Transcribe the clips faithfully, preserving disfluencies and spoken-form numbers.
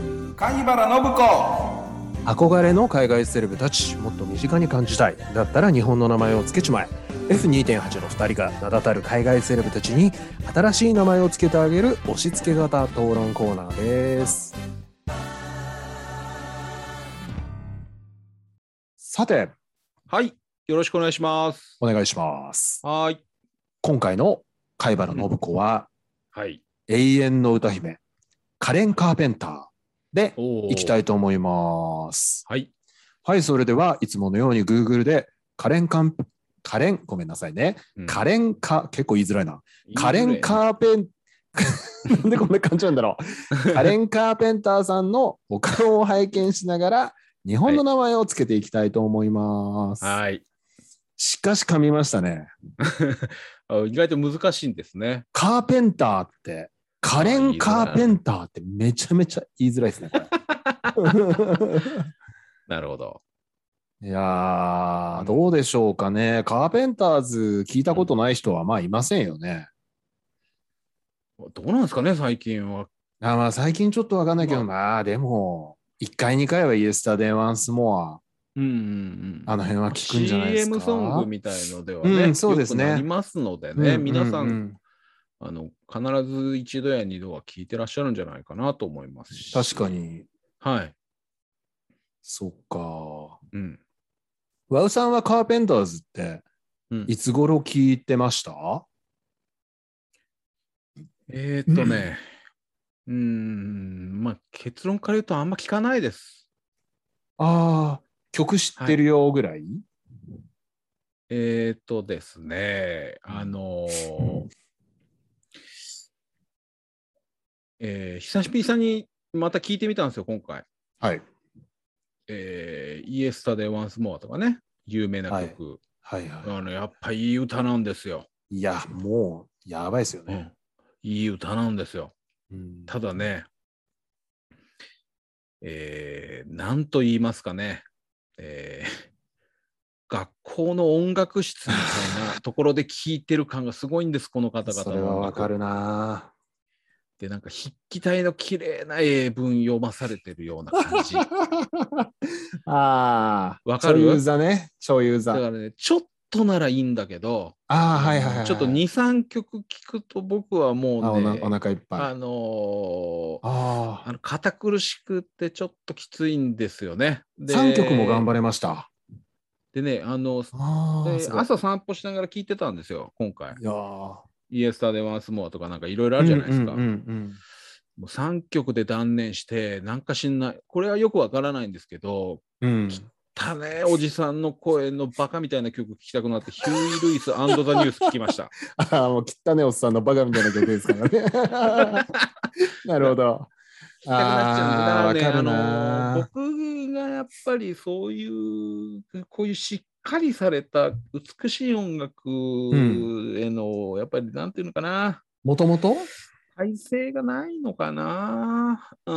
貝原信子。 憧れの海外セレブたち、もっと身近に感じたい。だったら日本の名前を付けちまえ。 エフにてんはち のふたりが名だたる海外セレブたちに新しい名前を付けてあげる押し付け型討論コーナーです。さて、 はい、よろしくお願いします。 お願いします。 はい。 今回の貝原信子は、 うん、はい、 永遠の歌姫カレン・カーペンターでいきたいと思います。 はい。 はい、それではいつものように Google でカレンカンカレンごめんなさいね、うん、カレンカ結構言いづらいな、いカレンカーペンなんでこんな感じなんだろうカレン・カーペンターさんのお顔を拝見しながら日本の名前をつけていきたいと思います。 はい。 しかし噛みましたね意外と難しいんですね。 カーペンターってカレン・カーペンターってめちゃめちゃ言いづらいですねこれなるほど。 いやー、どうでしょうかね。カーペンターズ聞いたことない人はまあいませんよね。 どうなんですかね、最近は。 あまあ最近ちょっとわかんないけど、まあ、まあ、でも、いっかいにかいはイエスタデーワンスモア。 うんうんうん。 あの辺は聞くんじゃないですか。 シーエム ソングみたいのではね、 うん、そうですね。 よくなりますのでね、 うん、 皆さん、 うん、 あの、必ず一度や二度は聞いてらっしゃるんじゃないかなと思いますし。 確かに。 はい。 そっか。 うん。 ワウさんはカーペンターズっていつ頃聞いてました？ うん、えー、っとね、うーん、まあ結論から言うとあんま聞かないです。 ああ、曲知ってるよぐらい、はい、 えー、っとですね、あのー、えー、久しぶりにまた聞いてみたんですよ、今回。 はい。 えー、イエスタデーワンスモアとかね、有名な曲。はい、はいはいはい、あのやっぱいい歌なんですよ。 いや、もう、やばいですよね、 うん。いい歌なんですよ。 うん、ただね、えー、なんと言いますかね、えー、学校の音楽室みたいなところで聴いてる感がすごいんです、この方々の音楽。 それはわかるな。 で、なんか筆記体の綺麗な英文読まされてるような感じ。 ああ、 わかる？ 超ユーザね、超ユーザ。 だからね、ちょっとならいいんだけど、 ああ、はいはいはい。 ちょっとに、さんきょく聴くと僕はもうね、 お腹いっぱい。 あのー、 ああの堅苦しくってちょっときついんですよね。 でさんきょくも頑張れました。 でね、あのあで朝散歩しながら聞いてたんですよ、今回。 いやイエスタデーワンスモアとかなんかいろいろあるじゃないですか。 うんうんうんうん、 もうさんきょくで断念して、なんかしんない、これはよくわからないんですけど、 うん、 汚ねおじさんの声のバカみたいな曲聴きたくなって、ヒューイ・ルイス&ザ・ニュース聴きました。 ああ、もう汚ねおっさんのバカみたいな曲ですからね。なるほど。 聞きたくなっちゃうんです。だからね、 ああのー、僕がやっぱりそういう、こういうしっかりされた美しい音楽への、うん、やっぱりなんていうのかな。 もともと体制がないのかな。うん。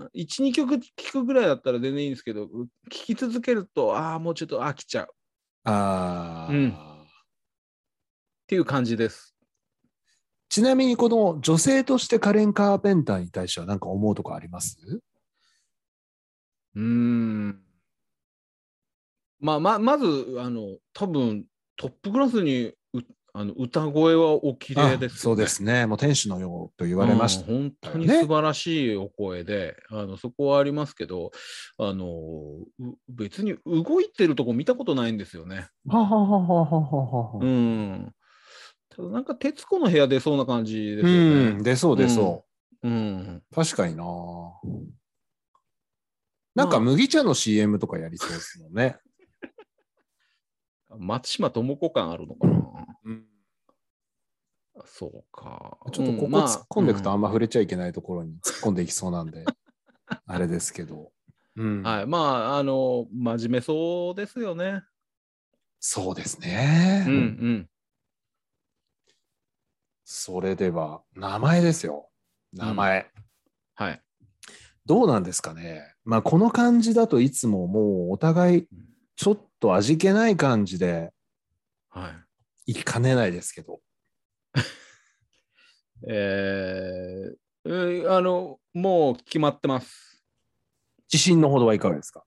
いち、にきょく聴くぐらいだったら全然いいんですけど、聴き続けると、ああ、もうちょっと飽きちゃう。 ああ、 うん。っていう感じです。 ちなみにこの女性としてカレン・カーペンターに対しては何か思うとこあります？ うーん。まあ、ま、まず、あの、多分トップクラスにあの歌声はお綺麗ですよね。 そうですね。もう天使のようと言われました、ね。 本当に素晴らしいお声で、あのそこはありますけど、あの別に動いてるとこ見たことないんですよね。 はははははは。 うん。ただなんか徹子の部屋出そうな感じですよね。 うん、出そう出そう。 うん。うん、 確かにな。なんか麦茶の シーエム とかやりそうですもんね。 松島智子感あるのかな。うん、そうか。 ちょっとここ突っ込んでいくとあんま触れちゃいけないところに突っ込んでいきそうなんで、あれですけど。 うん、はい。まあ、あの、真面目そうですよね。 そうですね。 うんうん。 それでは、名前ですよ。名前。 うん、はい。 どうなんですかね。まあ、この感じだといつももうお互いちょっと味気ない感じで、はい。いきかねないですけど。 えー、 えーあの、もう決まってます。 自信のほどはいかがですか？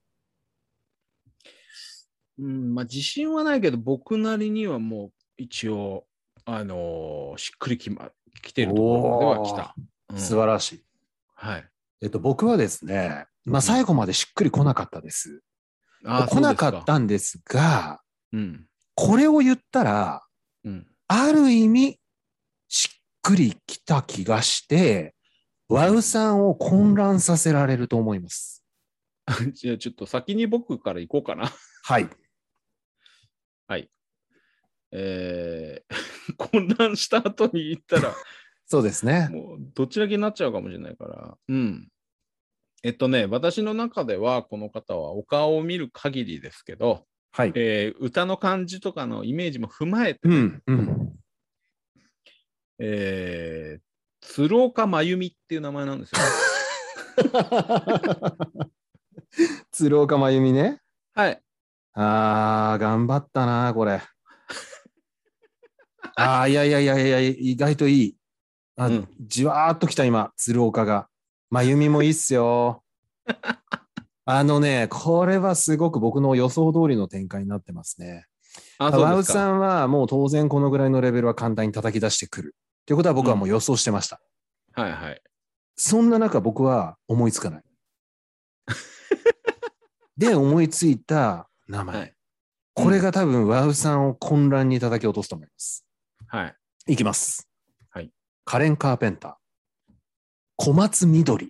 うん、まあ自信はないけど、僕なりにはもう一応、あのーしっくりきま、来てるところまでは来おー、 た。うん。 素晴らしい。 はい。 えっと、僕はですね、まあ、 うん。 最後までしっくり来なかったです。 ああ、 来なかっそうですか。 たんですが、 うん。 これを言ったら、 うん。 ある意味、しっくりきた気がして、ワウさんを混乱させられると思います。 じゃあちょっと先に僕から行こうかな。 はい。 はい。えー、混乱した後に言ったら、 そうですね。 もうどっちだけになっちゃうかもしれないから。うん。えっとね、私の中ではこの方はお顔を見る限りですけど、 はい。 えー歌の感じとかのイメージも踏まえてね、 うん、うん。 えー、鶴岡真由美っていう名前なんですよ。 鶴岡真由美ね。 はい。 あー、頑張ったな、これ。あー、いやいやいやいや、意外といい。あ、 うん。 じわーっときた、今、鶴岡が。真由美もいいっすよ。あのね、これはすごく僕の予想通りの展開になってますね。 あ、そうワウですか。 さんはもう当然このぐらいのレベルは簡単に叩き出してくる。ということは僕はもううん。 予想してました。 はいはい。 そんな中僕は思いつかない。で、思いついた名前。 はい。うこれん。 が多分ワウさんを混乱に叩き落とすと思います。 はい。 いきます。 はい。 カレン・カーペンター。小松みどり。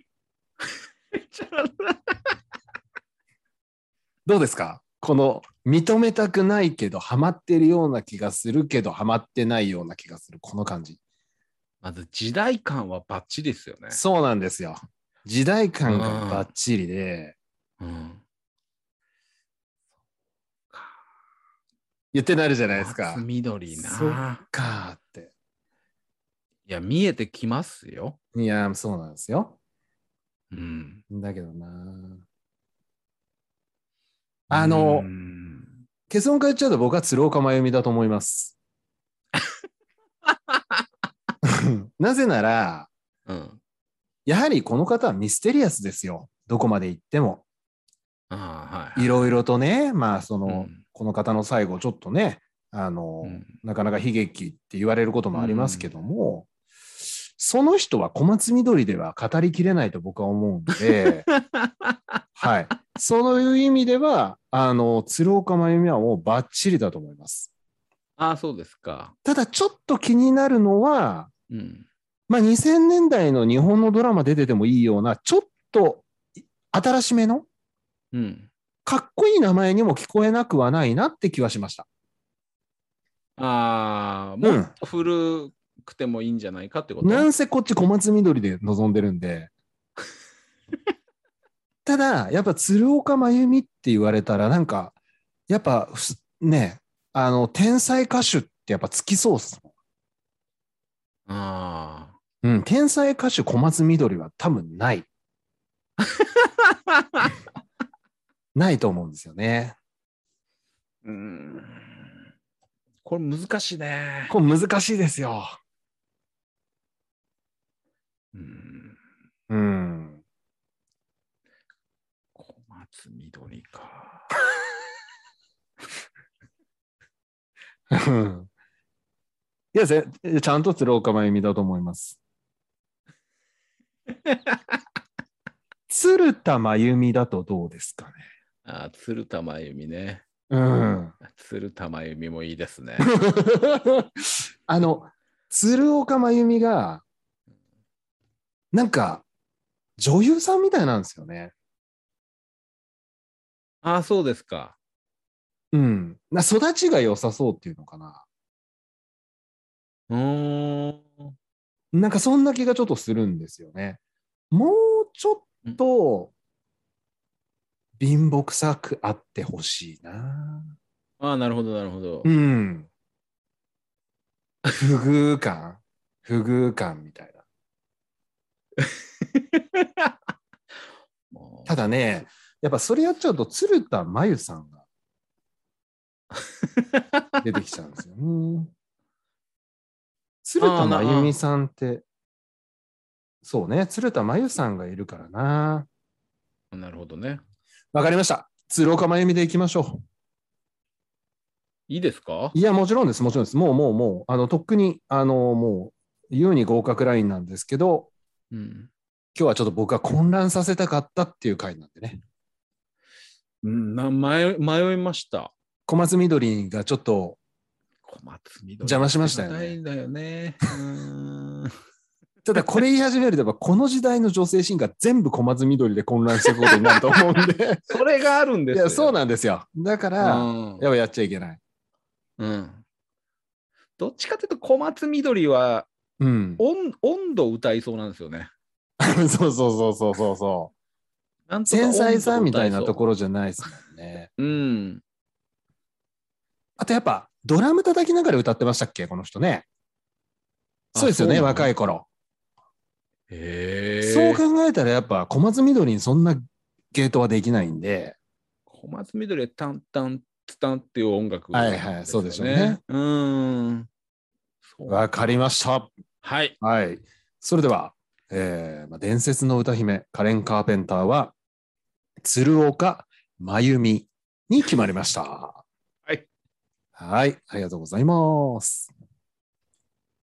どうですか？この認めたくないけどハマってるような気がするけどハマってないような気がする。この感じ。 まず時代感はバッチリですよね。 そうなんですよ。時代う感がバッん。 チリで、 うん。 言ってなるじゃないです松か。 緑そっな。 かーって。 いや、見えてきますよ。 いや、そうなんですよ。 うん。 だけどな。 うーあの、 ん。 結論から言っちゃうと僕は鶴岡真由美だと思います。なぜなら、 うん。 やはりこの方はミステリアスですよ。どこまで行っても。 ああ、はいはいはい。 いろいろとね、まあ、その、 うん。 この方の最後、ちょっとね、あの、 うん。 なかなか悲劇って言われることうもありますけどん。 も、その人は小松緑では語りきれないと僕は思うんで、はい。そういう意味では、あの、鶴岡真由美はもうバッチリだと思います。 ああ、そうですか。 ただ、ちょっと気になるのは、 うん。 まあ、にせんねんだいの日本のドラマ出ててもいいような、ちょっと新しめの、 うん。 かっこいい名前にも聞こえなくはないなって気はしました。 ああ、もっうん。 と古くてもいいんじゃないかってこなんと？ せこっち小松緑で望んでるんで。ただ、やっぱ鶴岡真由美って言われたら、なんか、やっぱね、あの、天才歌手ってやっぱつきそうっす。 あうん、天才歌手小松緑は多分ない。 あ。 ないと思うんですよね。 うん。これ難しいね。 これ難しいですよ。 うん。 うん。 小松緑か。 いや、ぜちゃんと鶴岡真由美だと思います。鶴田真由美だとどうですかね。 あ、鶴田真由美ね。 うん。 鶴田真由美もいいですね。 あの、鶴岡真由美が、なんか、女優さんみたいなんですよね。 あ、そうですか。 うん。な育ちが良さそうっていうのかな。 うーん。 なんかそんな気がちょっとするんですよね。もうちょっと貧乏くさくあってほしいな。 ああ、なるほど、なるほうど。 ん。不遇感不遇感みたいな。ただね、やっぱそれやっちゃうと鶴田真由さんが出てきちゃうんですよね。鶴ああ、な、 田真由美あさんってそうね、鶴田真由さんがいるからな。 なるほどね。 わかりました。鶴岡真由美でいきましょう。 いいですか？ いや、もちろんです、もちろんです。もう、もう、もう、あの、とっくに、あの、もう、優に合格ラインなんですけど、 うん、 今日はちょっと僕が混乱させたかったっていう回なんでね。 うん、な迷迷いました。 小松みどりがちょっと小松緑邪魔しましたよね。 手堅いんだよね。うーんただこれ言い始めると、この時代の女性シンガー全部小松みどりで混乱していくことになると思うんで。 それがあるんですよ。 いや、そうなんですよ。だから、 うんやっぱやっちゃいけない。 うん。どっちかというと小松みどりはうん。 音温度歌いそうなんですよね。 そうそうそうそうそうそう。 なんとか繊細温度歌いそうさみたいなところじゃないですもんね。 うん。 あとやっぱドラム叩きながら歌ってましたっけ、この人ね。そうですよね、若い頃。 へえ。 そう考えたらやっぱ小松みどりにそんなゲートはできないんで。 小松みどりはタンタンツタンっていう音楽、 はいはい、そうでしょうね。 うん。 わかりました。 はい。 はい。それでは、えーまあ、伝説の歌姫カレン・カーペンターは鶴岡真由美に決まりました。 はい。 はい、ありがとうございます。